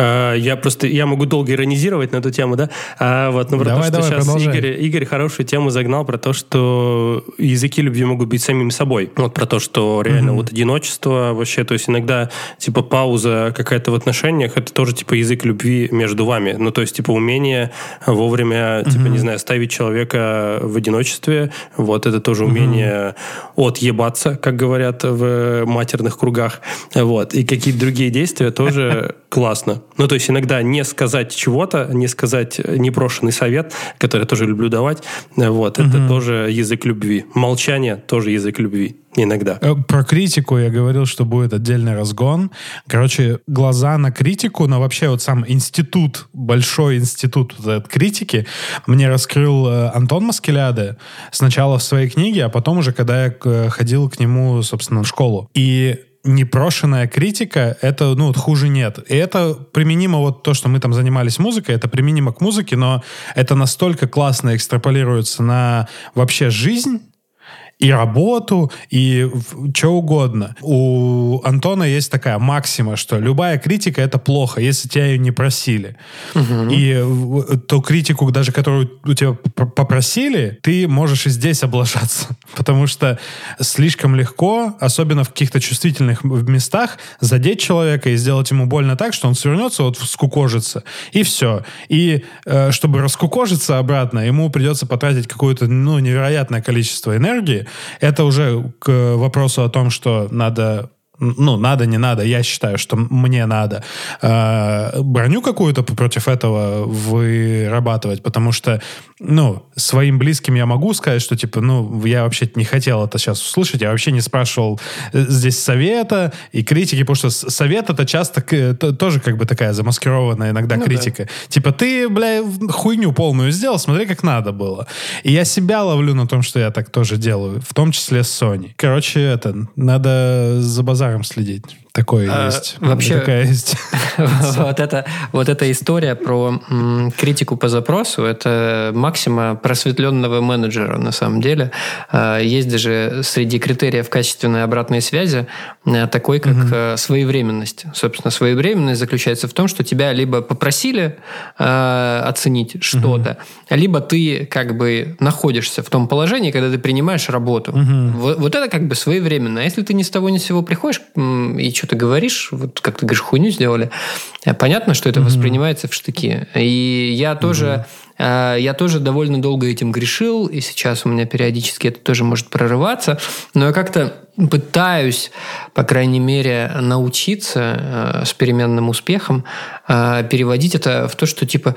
Я могу долго иронизировать на эту тему, да? Но про давай, то, что сейчас продолжай. Игорь хорошую тему загнал про то, что языки любви могут быть самим собой. Вот про то, что реально вот одиночество вообще, то есть иногда типа пауза какая-то в отношениях, это тоже типа язык любви между вами. То есть типа умение вовремя не знаю, ставить человека в одиночестве. Вот это тоже умение отъебаться, как говорят в матерных кругах. Вот. И какие-то другие действия тоже классно. То есть иногда не сказать чего-то, не сказать непрошенный совет, который я тоже люблю давать, вот, это тоже язык любви. Молчание тоже язык любви. Иногда. Про критику я говорил, что будет отдельный разгон. Короче, глаза на критику, но вообще вот сам институт, большой институт критики мне раскрыл Антон Маскеляде сначала в своей книге, а потом уже, когда я ходил к нему, собственно, в школу. И непрошенная критика, это, хуже нет. И это применимо, вот то, что мы там занимались музыкой, это применимо к музыке, но это настолько классно экстраполируется на вообще жизнь, и работу, и что угодно. У Антона есть такая максима, что любая критика — это плохо, если тебя ее не просили. И ту критику, даже которую у тебя попросили, ты можешь и здесь облажаться. Потому что слишком легко, особенно в каких-то чувствительных местах, задеть человека и сделать ему больно так, что он свернется, вот скукожится, и все. И чтобы раскукожиться обратно, ему придется потратить какое-то невероятное количество энергии. Это уже к вопросу о том, что надо, не надо, я считаю, что мне надо броню какую-то против этого вырабатывать, потому что своим близким я могу сказать, что, типа, я вообще не хотел это сейчас услышать, я вообще не спрашивал здесь совета и критики, потому что совет это часто тоже как бы такая замаскированная иногда критика. Да. Типа, ты, хуйню полную сделал, смотри, как надо было. И я себя ловлю на том, что я так тоже делаю, в том числе с Sony. Короче, надо за базаром следить. Такое есть. Вообще, такая есть. вот эта история про критику по запросу, это максима просветленного менеджера на самом деле. Есть даже среди критериев качественной обратной связи такой, как своевременность. Собственно, своевременность заключается в том, что тебя либо попросили оценить что-то, либо ты как бы находишься в том положении, когда ты принимаешь работу. Вот это как бы своевременно. А если ты ни с того ни с сего приходишь и что ты говоришь, вот как ты говоришь, хуйню сделали, понятно, что это воспринимается в штыки. И я тоже довольно долго этим грешил, и сейчас у меня периодически это тоже может прорываться, но я как-то пытаюсь, по крайней мере, научиться с переменным успехом переводить это в то, что типа,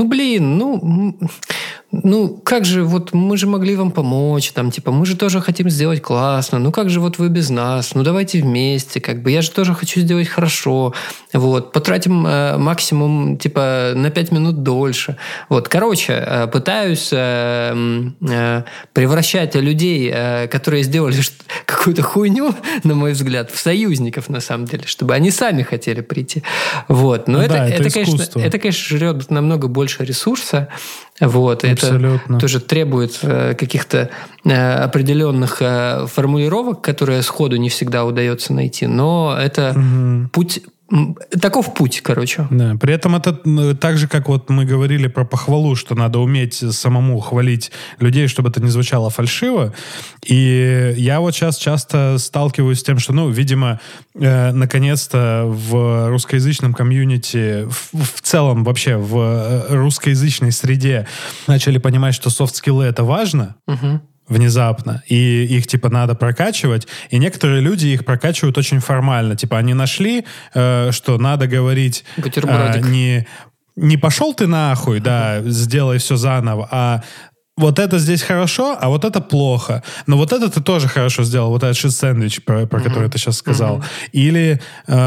как же, вот мы же могли вам помочь, там, типа, мы же тоже хотим сделать классно, как же вот вы без нас, давайте вместе, как бы, я же тоже хочу сделать хорошо, вот, потратим максимум, типа, на 5 минут дольше, вот, короче, пытаюсь превращать людей, которые сделали какую-то хуйню, на мой взгляд, в союзников, на самом деле, чтобы они сами хотели прийти, вот, но это, конечно, жрет намного больше ресурса, вот, абсолютно. Это тоже требует каких-то определенных формулировок, которые сходу не всегда удается найти, но это путь. Таков путь, короче. Да, при этом это так же, как вот мы говорили про похвалу, что надо уметь самому хвалить людей, чтобы это не звучало фальшиво. И я вот сейчас часто сталкиваюсь с тем, что, видимо, наконец-то в русскоязычном комьюнити, в целом вообще в русскоязычной среде начали понимать, что софт-скиллы — это важно. Внезапно, и их, типа, надо прокачивать, и некоторые люди их прокачивают очень формально, типа, они нашли, что надо говорить не «пошел ты нахуй», да, сделай все заново, а вот это здесь хорошо, а вот это плохо. Но вот это ты тоже хорошо сделал, вот этот шит-сэндвич, про который ты сейчас сказал. Или...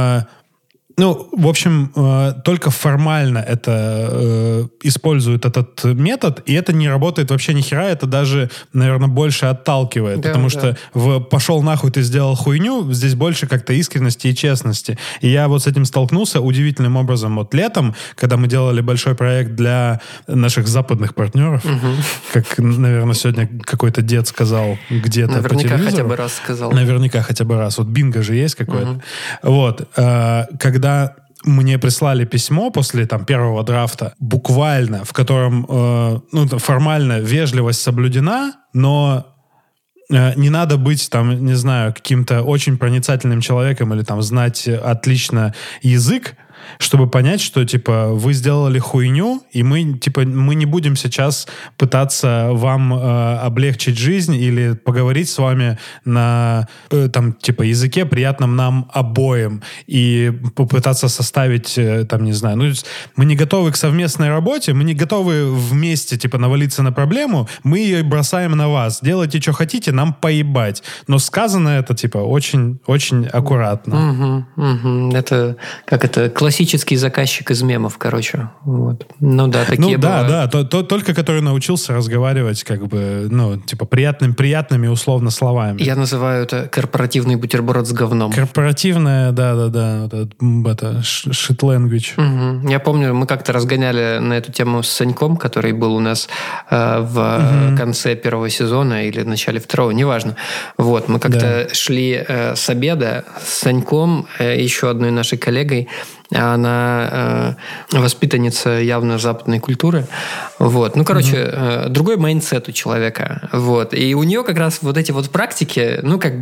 в общем, только формально это используют этот метод, и это не работает вообще ни хера, это даже, наверное, больше отталкивает, да, потому что «пошел нахуй, ты сделал хуйню», здесь больше как-то искренности и честности. И я вот с этим столкнулся удивительным образом вот летом, когда мы делали большой проект для наших западных партнеров, как, наверное, сегодня какой-то дед сказал где-то по телевизору. Наверняка хотя бы раз сказал. Наверняка хотя бы раз. Вот бинго же есть какое-то. Вот. Когда мне прислали письмо после первого драфта, буквально, в котором формально вежливость соблюдена, но не надо быть, не знаю, каким-то очень проницательным человеком или знать отлично язык, чтобы понять, что, вы сделали хуйню, и мы не будем сейчас пытаться вам облегчить жизнь или поговорить с вами на, языке, приятном нам обоим, и попытаться составить, не знаю, мы не готовы к совместной работе, мы не готовы вместе, навалиться на проблему, мы ее бросаем на вас. Делайте, что хотите, нам поебать. Но сказано это, очень-очень аккуратно. Это, классический заказчик из мемов, короче. Вот. Такие бывают. Только который научился разговаривать приятными условно словами. Я называю это корпоративный бутерброд с говном. Корпоративная, да, это shit language. Я помню, мы как-то разгоняли на эту тему с Саньком, который был у нас в конце первого сезона или в начале второго, неважно. Вот, мы как-то шли с обеда с Саньком, еще одной нашей коллегой. Она воспитанница явно западной культуры. Вот. Другой майндсет у человека. Вот. И у нее как раз вот эти вот практики,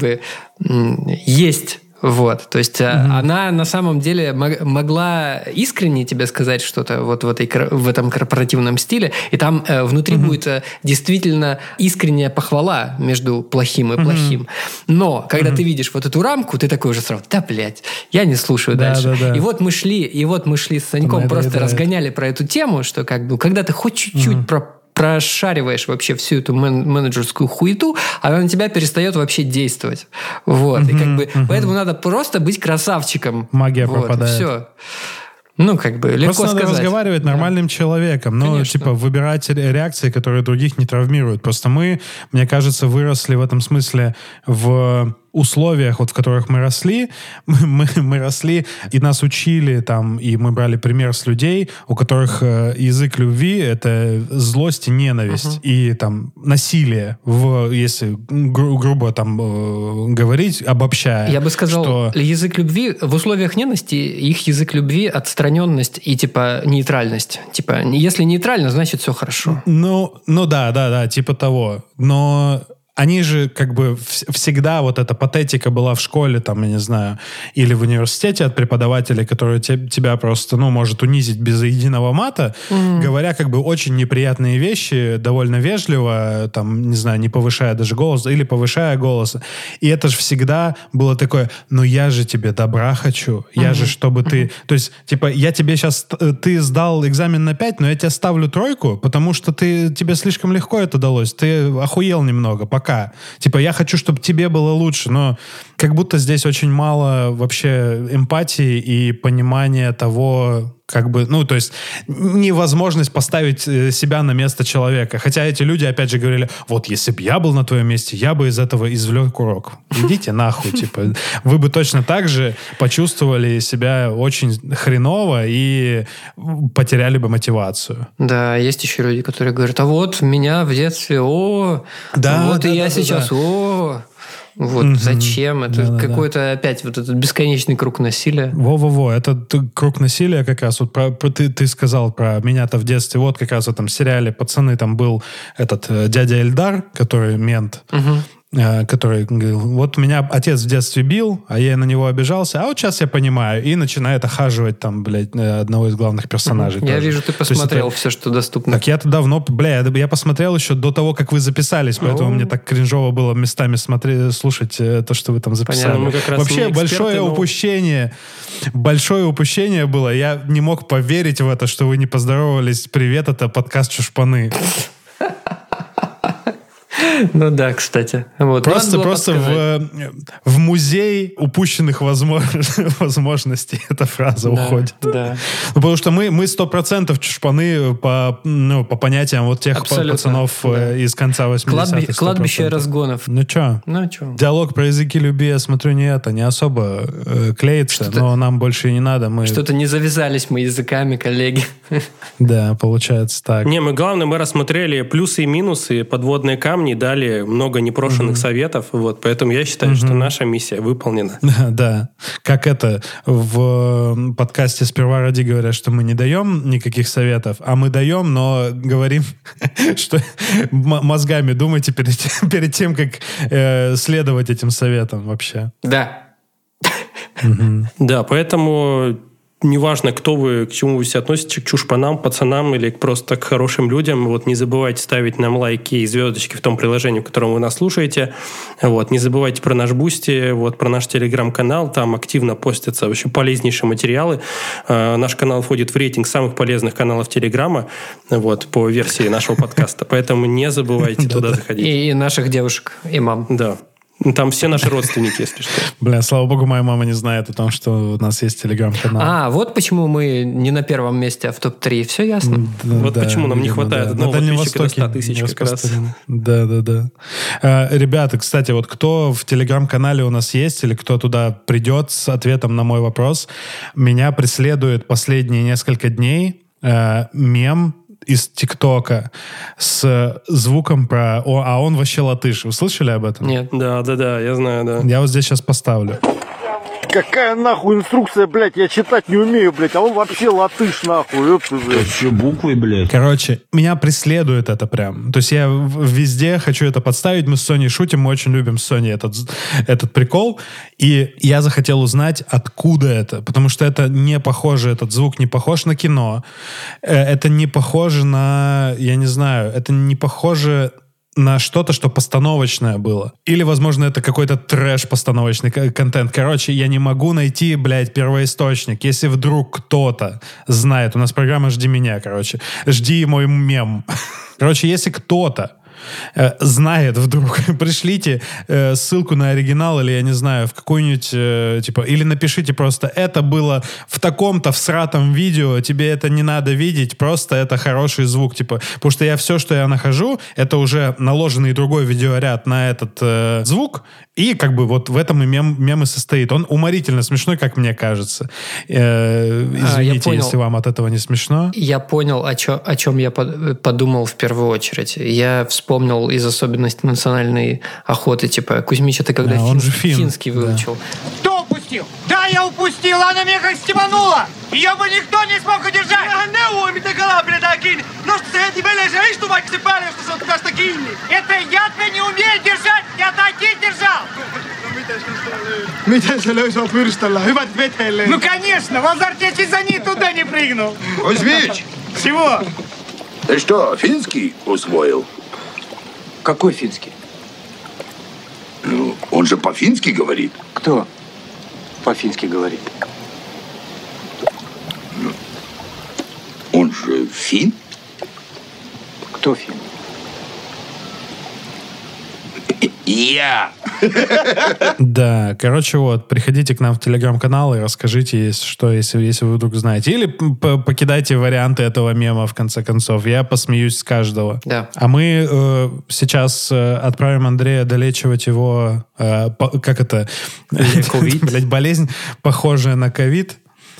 есть. Вот, то есть она на самом деле могла искренне тебе сказать что-то вот в этом корпоративном стиле, и там внутри будет действительно искренняя похвала между плохим и плохим. Но когда ты видишь вот эту рамку, ты такой уже сразу, я не слушаю дальше. И вот мы шли с Саньком, просто разгоняли про эту тему, что когда ты хоть чуть-чуть прошариваешь вообще всю эту менеджерскую хуету, она на тебя перестает вообще действовать. Вот. И как бы поэтому надо просто быть красавчиком. Магия вот, пропадает. Все. Ну, как бы, легко просто сказать. Просто надо разговаривать нормальным человеком. Ну, типа, выбирать реакции, которые других не травмируют. Просто мы, мне кажется, выросли в этом смысле в условиях, вот в которых мы росли, мы росли, и нас учили там, и мы брали пример с людей, у которых язык любви — это злость и ненависть, и там насилие, если грубо там говорить, обобщая. Я бы сказал, что... язык любви, в условиях ненависти их язык любви — отстраненность и типа нейтральность. Типа, если нейтрально, значит все хорошо. Ну да, типа того. Но они же как бы всегда вот эта патетика была в школе, там, я не знаю, или в университете от преподавателей, которые тебя просто, может унизить без единого мата, говоря как бы очень неприятные вещи, довольно вежливо, там, не знаю, не повышая даже голос, или повышая голос. И это же всегда было такое, я же тебе добра хочу, я же, чтобы ты... То есть, типа, я тебе сейчас... Ты сдал экзамен на 5, но я тебе ставлю 3, потому что тебе слишком легко это далось, ты охуел немного, пока. Типа, я хочу, чтобы тебе было лучше, но как будто здесь очень мало вообще эмпатии и понимания того, как бы, то есть невозможность поставить себя на место человека. Хотя эти люди, опять же, говорили, вот, если бы я был на твоем месте, я бы из этого извлек урок. Идите нахуй, типа. Вы бы точно так же почувствовали себя очень хреново и потеряли бы мотивацию. Да, есть еще люди, которые говорят, а вот меня в детстве, я сейчас. Вот зачем? Это какой-то опять вот этот бесконечный круг насилия. Во-во-во, это круг насилия как раз. Вот ты сказал про меня-то в детстве. Вот как раз в этом сериале «Пацаны» там был этот дядя Эльдар, который мент, который говорил, вот меня отец в детстве бил, а я на него обижался, а вот сейчас я понимаю, и начинает охаживать там, блядь, одного из главных персонажей. Я вижу, ты посмотрел все, что доступно. Так я-то давно, я посмотрел еще до того, как вы записались, поэтому мне так кринжово было местами слушать то, что вы там записали. Понятно, мы как раз вообще большое упущение было, я не мог поверить в это, что вы не поздоровались. Привет, это подкаст «Чушпаны». Ну да, кстати. Вот. Просто в музей упущенных возможностей эта фраза уходит. Да. Потому что мы 100% чушпаны по понятиям вот тех пацанов из конца 80-х. Кладбище разгонов. Ну чё? Диалог про языки любви, я смотрю, не особо клеится, но нам больше и не надо. Что-то не завязались мы языками, коллеги. Да, получается так. Главное, мы рассмотрели плюсы и минусы, подводные камни, дали много непрошенных советов, вот, поэтому я считаю, что наша миссия выполнена. Да, как это в подкасте «Сперва ради» говорят, что мы не даем никаких советов, а мы даем, но говорим, что мозгами думайте перед тем, как следовать этим советам вообще. Да. Да, поэтому... Неважно, кто вы, к чему вы себя относитесь, к чушпанам, пацанам или просто к хорошим людям. Вот не забывайте ставить нам лайки и звездочки в том приложении, в котором вы нас слушаете. Вот, не забывайте про наш Бусти, вот, про наш телеграм-канал. Там активно постятся вообще полезнейшие материалы. Наш канал входит в рейтинг самых полезных каналов Телеграма, вот, по версии нашего подкаста. Поэтому не забывайте туда заходить. И наших девушек, и мам. Да. Там все наши родственники, если что. Бля, слава богу, моя мама не знает о том, что у нас есть телеграм-канал. Вот почему мы не на первом месте, а в топ-3. Все ясно? Вот почему нам не хватает одного подписчика до 100 тысяч как раз. Да. Ребята, кстати, вот кто в телеграм-канале у нас есть, или кто туда придет с ответом на мой вопрос, меня преследует последние несколько дней мем из ТикТока с звуком про... А он вообще латыш. Вы слышали об этом? Нет. Да, я знаю, да. Я вот здесь сейчас поставлю. Какая нахуй инструкция, блядь, я читать не умею, блядь, а он вообще латыш, нахуй, ёпта, блядь. Что, буквы, блядь? Короче, меня преследует это прям. То есть я везде хочу это подставить, мы с Соней шутим, мы очень любим с Соней этот прикол, и я захотел узнать, откуда это, потому что это не похоже, этот звук не похож на кино, это не похоже на, я не знаю, это не похоже на что-то, что постановочное было. Или, возможно, это какой-то трэш-постановочный контент. Короче, я не могу найти, блядь, первоисточник. Если вдруг кто-то знает, у нас программа «Жди меня», короче. Жди мой мем. Короче, если кто-то знает вдруг, пришлите ссылку на оригинал или, я не знаю, в какую-нибудь, типа, или напишите просто, это было в таком-то всратом видео, тебе это не надо видеть, просто это хороший звук, типа, потому что все, что я нахожу, это уже наложенный другой видеоряд на этот звук, и как бы вот в этом и мем и состоит. Он уморительно смешной, как мне кажется. Извините, если вам от этого не смешно. Я понял, о чем я подумал в первую очередь. Я вспомнил из особенностей национальной охоты, типа, Кузьмич, ты когда он же финский выучил? Да. Кто упустил? Да, я упустил, она меня как стебанула! Ее бы никто не смог удержать! Это я тебя не умею держать, я такие держал! Miten se löi sua pyrställä? Hyvät vetelle. Ну конечно, в азарте чуть за ней туда не прыгнул. Кузьмич! Чего? Ты что, финский усвоил? Какой финский? Ну, он же по-фински говорит. Кто по-фински говорит? Он же фин? Кто фин? Я! Да, короче, вот, приходите к нам в телеграм-канал и расскажите, если вы вдруг знаете. Или покидайте варианты этого мема, в конце концов. Я посмеюсь с каждого. Да. А мы сейчас отправим Андрея долечивать его, как это? Блять, болезнь, похожая на ковид.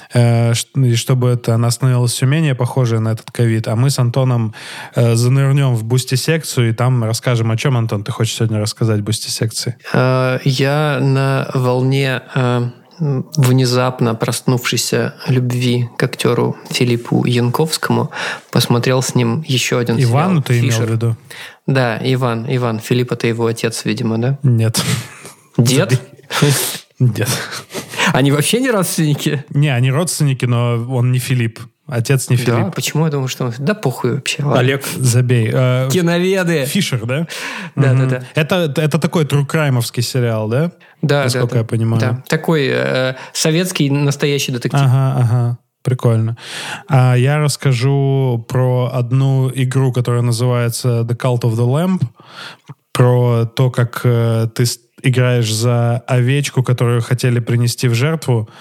И чтобы она становилась все менее похожей на этот ковид. А мы с Антоном занырнем в бусти-секцию и там расскажем, о чем, Антон, ты хочешь сегодня рассказать в бусти-секции? Я на волне внезапно проснувшейся любви к актеру Филиппу Янковскому посмотрел с ним еще один сериал. Ивану ты «Фишер». имел в виду? Да, Иван. Филипп — это его отец, видимо, да? Нет. Дед? Нет. Они вообще не родственники? Не, они родственники, но он не Филипп. Отец не Филипп. Да, почему я думаю, что он... Да похуй вообще. Ладно. Олег. Забей. Киноведы. Фишер, да? Да. Это такой тру-краймовский сериал, да? Да, насколько я понимаю. Да. Такой советский настоящий детектив. Ага. Прикольно. Я расскажу про одну игру, которая называется The Cult of the Lamb. Про то, как ты играешь за овечку, которую хотели принести в жертву,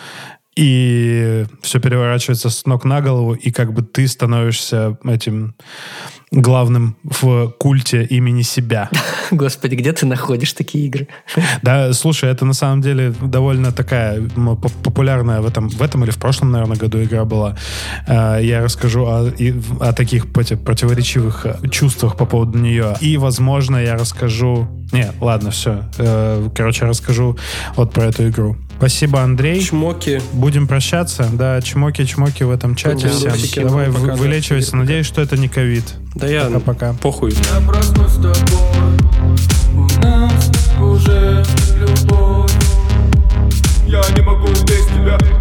и все переворачивается с ног на голову, и как бы ты становишься этим главным в культе имени себя. Господи, где ты находишь такие игры? Да, слушай, это на самом деле довольно такая популярная в этом или в прошлом, наверное, году игра была. Я расскажу о таких противоречивых чувствах по поводу нее. И, возможно, я расскажу... Не, ладно, все. Короче, я расскажу вот про эту игру. Спасибо, Андрей. Чмоки. Будем прощаться. Да, чмоки в этом чате всем. Давай, вылечивайся. Надеюсь, что это не ковид. Да я Пока-пока. Похуй. Я проснусь с тобой, у нас уже любовь. Я не могу без тебя.